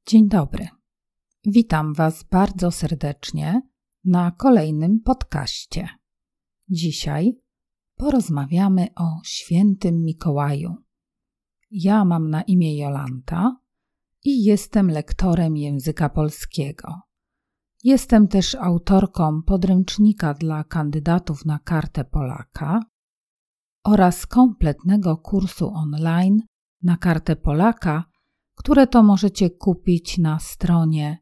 Dzień dobry. Witam Was bardzo serdecznie na kolejnym podcaście. Dzisiaj porozmawiamy o świętym Mikołaju. Ja mam na imię Jolanta i jestem lektorem języka polskiego. Jestem też autorką podręcznika dla kandydatów na Kartę Polaka oraz kompletnego kursu online na Kartę Polaka, które to możecie kupić na stronie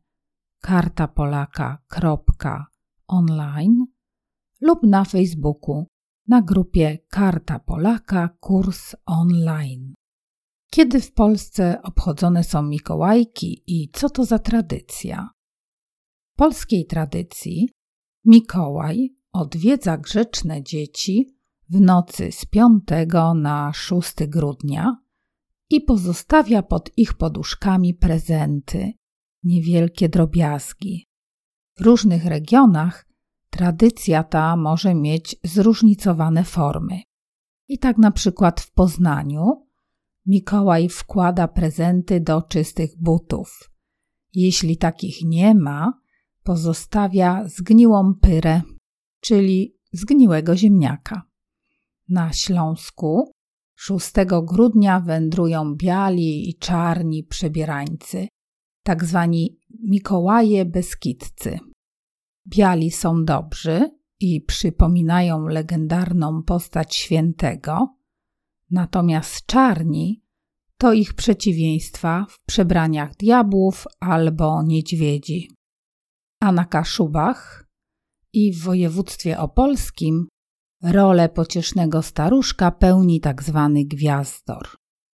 kartapolaka.online lub na Facebooku na grupie Karta Polaka kurs online. Kiedy w Polsce obchodzone są Mikołajki i co to za tradycja? W polskiej tradycji Mikołaj odwiedza grzeczne dzieci w nocy z 5 na 6 grudnia i pozostawia pod ich poduszkami prezenty, niewielkie drobiazgi. W różnych regionach tradycja ta może mieć zróżnicowane formy. I tak na przykład w Poznaniu Mikołaj wkłada prezenty do czystych butów. Jeśli takich nie ma, pozostawia zgniłą pyrę, czyli zgniłego ziemniaka. Na Śląsku 6 grudnia wędrują biali i czarni przebierańcy, tak zwani Mikołaje Beskidzcy. Biali są dobrzy i przypominają legendarną postać świętego, natomiast czarni to ich przeciwieństwa w przebraniach diabłów albo niedźwiedzi. A na Kaszubach i w województwie opolskim rolę pociesznego staruszka pełni tak zwany gwiazdor.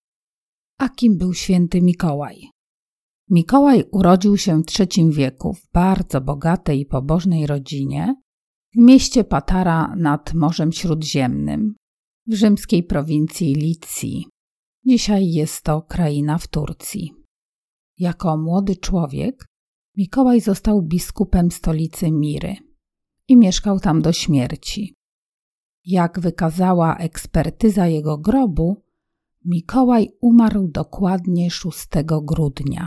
A kim był święty Mikołaj? Mikołaj urodził się w III wieku w bardzo bogatej i pobożnej rodzinie w mieście Patara nad Morzem Śródziemnym w rzymskiej prowincji Licji. Dzisiaj jest to kraina w Turcji. Jako młody człowiek Mikołaj został biskupem stolicy Miry i mieszkał tam do śmierci. Jak wykazała ekspertyza jego grobu, Mikołaj umarł dokładnie 6 grudnia.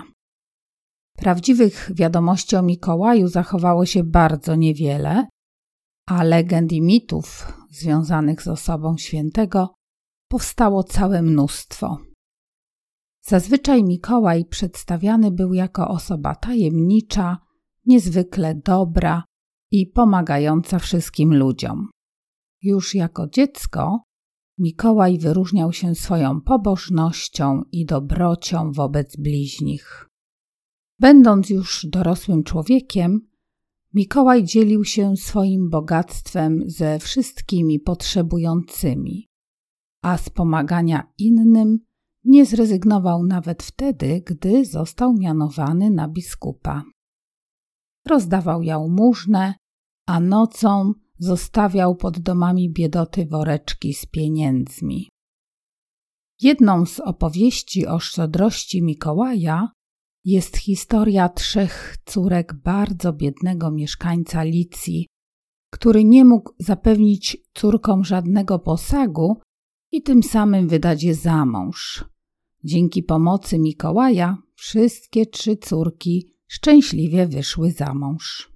Prawdziwych wiadomości o Mikołaju zachowało się bardzo niewiele, a legend i mitów związanych z osobą świętego powstało całe mnóstwo. Zazwyczaj Mikołaj przedstawiany był jako osoba tajemnicza, niezwykle dobra i pomagająca wszystkim ludziom. Już jako dziecko Mikołaj wyróżniał się swoją pobożnością i dobrocią wobec bliźnich. Będąc już dorosłym człowiekiem, Mikołaj dzielił się swoim bogactwem ze wszystkimi potrzebującymi, a z pomagania innym nie zrezygnował nawet wtedy, gdy został mianowany na biskupa. Rozdawał jałmużnę, a nocą zostawiał pod domami biedoty woreczki z pieniędzmi. Jedną z opowieści o szczodrości Mikołaja jest historia 3 córek bardzo biednego mieszkańca Licji, który nie mógł zapewnić córkom żadnego posagu i tym samym wydać je za mąż. Dzięki pomocy Mikołaja wszystkie 3 córki szczęśliwie wyszły za mąż.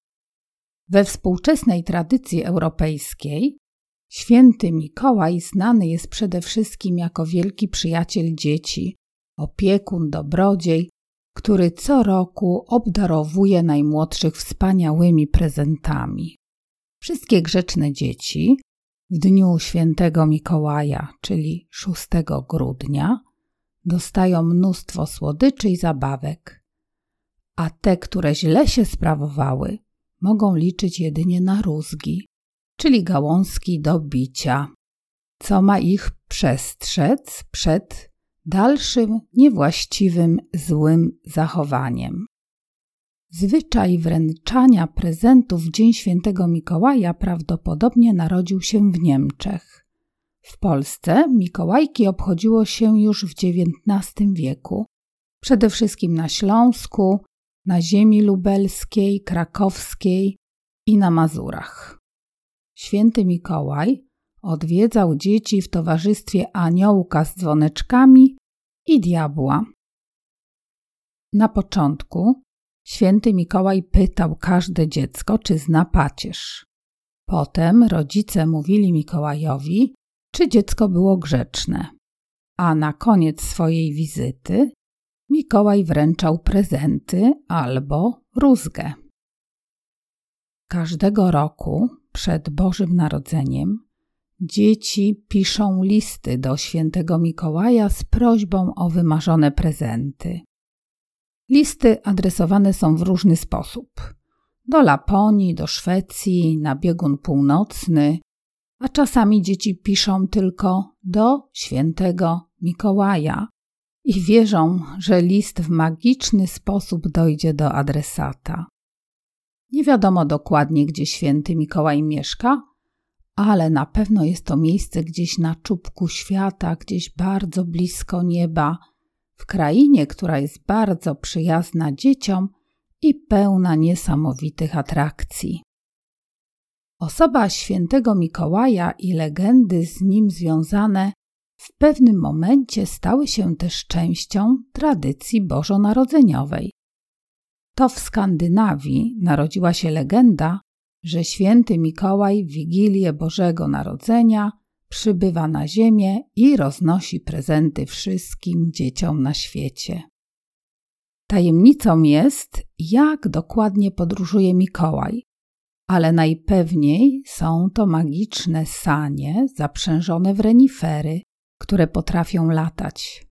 We współczesnej tradycji europejskiej święty Mikołaj znany jest przede wszystkim jako wielki przyjaciel dzieci, opiekun, dobrodziej, który co roku obdarowuje najmłodszych wspaniałymi prezentami. Wszystkie grzeczne dzieci w dniu świętego Mikołaja, czyli 6 grudnia, dostają mnóstwo słodyczy i zabawek, a te, które źle się sprawowały, mogą liczyć jedynie na rózgi, czyli gałązki do bicia, co ma ich przestrzec przed dalszym, niewłaściwym, złym zachowaniem. Zwyczaj wręczania prezentów w Dzień Świętego Mikołaja prawdopodobnie narodził się w Niemczech. W Polsce Mikołajki obchodziło się już w XIX wieku, przede wszystkim na Śląsku, na ziemi lubelskiej, krakowskiej i na Mazurach. Święty Mikołaj odwiedzał dzieci w towarzystwie aniołka z dzwoneczkami i diabła. Na początku święty Mikołaj pytał każde dziecko, czy zna pacierz. Potem rodzice mówili Mikołajowi, czy dziecko było grzeczne. A na koniec swojej wizyty Mikołaj wręczał prezenty albo rózgę. Każdego roku przed Bożym Narodzeniem dzieci piszą listy do świętego Mikołaja z prośbą o wymarzone prezenty. Listy adresowane są w różny sposób. Do Laponii, do Szwecji, na biegun północny, a czasami dzieci piszą tylko do świętego Mikołaja i wierzą, że list w magiczny sposób dojdzie do adresata. Nie wiadomo dokładnie, gdzie święty Mikołaj mieszka, ale na pewno jest to miejsce gdzieś na czubku świata, gdzieś bardzo blisko nieba, w krainie, która jest bardzo przyjazna dzieciom i pełna niesamowitych atrakcji. Osoba świętego Mikołaja i legendy z nim związane w pewnym momencie stały się też częścią tradycji bożonarodzeniowej. To w Skandynawii narodziła się legenda, że święty Mikołaj w Wigilię Bożego Narodzenia przybywa na ziemię i roznosi prezenty wszystkim dzieciom na świecie. Tajemnicą jest, jak dokładnie podróżuje Mikołaj, ale najpewniej są to magiczne sanie zaprzężone w renifery, które potrafią latać.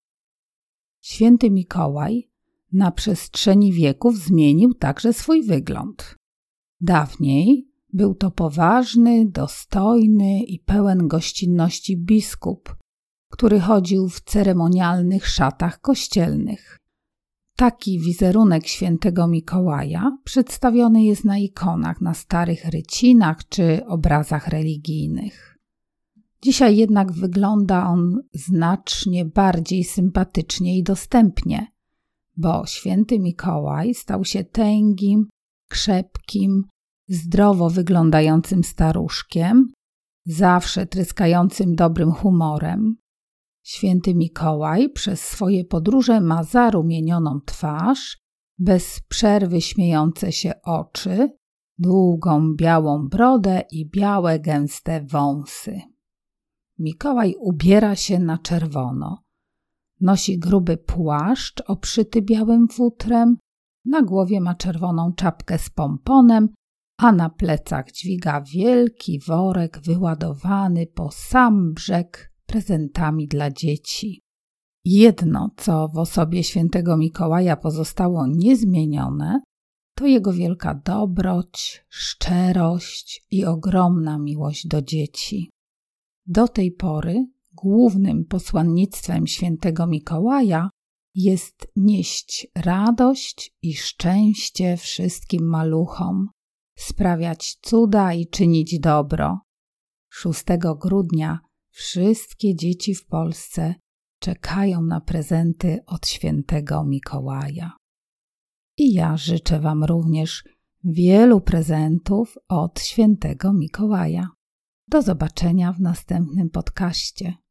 Święty Mikołaj na przestrzeni wieków zmienił także swój wygląd. Dawniej był to poważny, dostojny i pełen gościnności biskup, który chodził w ceremonialnych szatach kościelnych. Taki wizerunek świętego Mikołaja przedstawiony jest na ikonach, na starych rycinach czy obrazach religijnych. Dzisiaj jednak wygląda on znacznie bardziej sympatycznie i dostępnie, bo święty Mikołaj stał się tęgim, krzepkim, zdrowo wyglądającym staruszkiem, zawsze tryskającym dobrym humorem. Święty Mikołaj przez swoje podróże ma zarumienioną twarz, bez przerwy śmiejące się oczy, długą białą brodę i białe gęste wąsy. Mikołaj ubiera się na czerwono. Nosi gruby płaszcz obszyty białym futrem, na głowie ma czerwoną czapkę z pomponem, a na plecach dźwiga wielki worek wyładowany po sam brzeg prezentami dla dzieci. Jedno, co w osobie świętego Mikołaja pozostało niezmienione, to jego wielka dobroć, szczerość i ogromna miłość do dzieci. Do tej pory głównym posłannictwem świętego Mikołaja jest nieść radość i szczęście wszystkim maluchom, sprawiać cuda i czynić dobro. 6 grudnia wszystkie dzieci w Polsce czekają na prezenty od świętego Mikołaja. I ja życzę Wam również wielu prezentów od świętego Mikołaja. Do zobaczenia w następnym podcaście.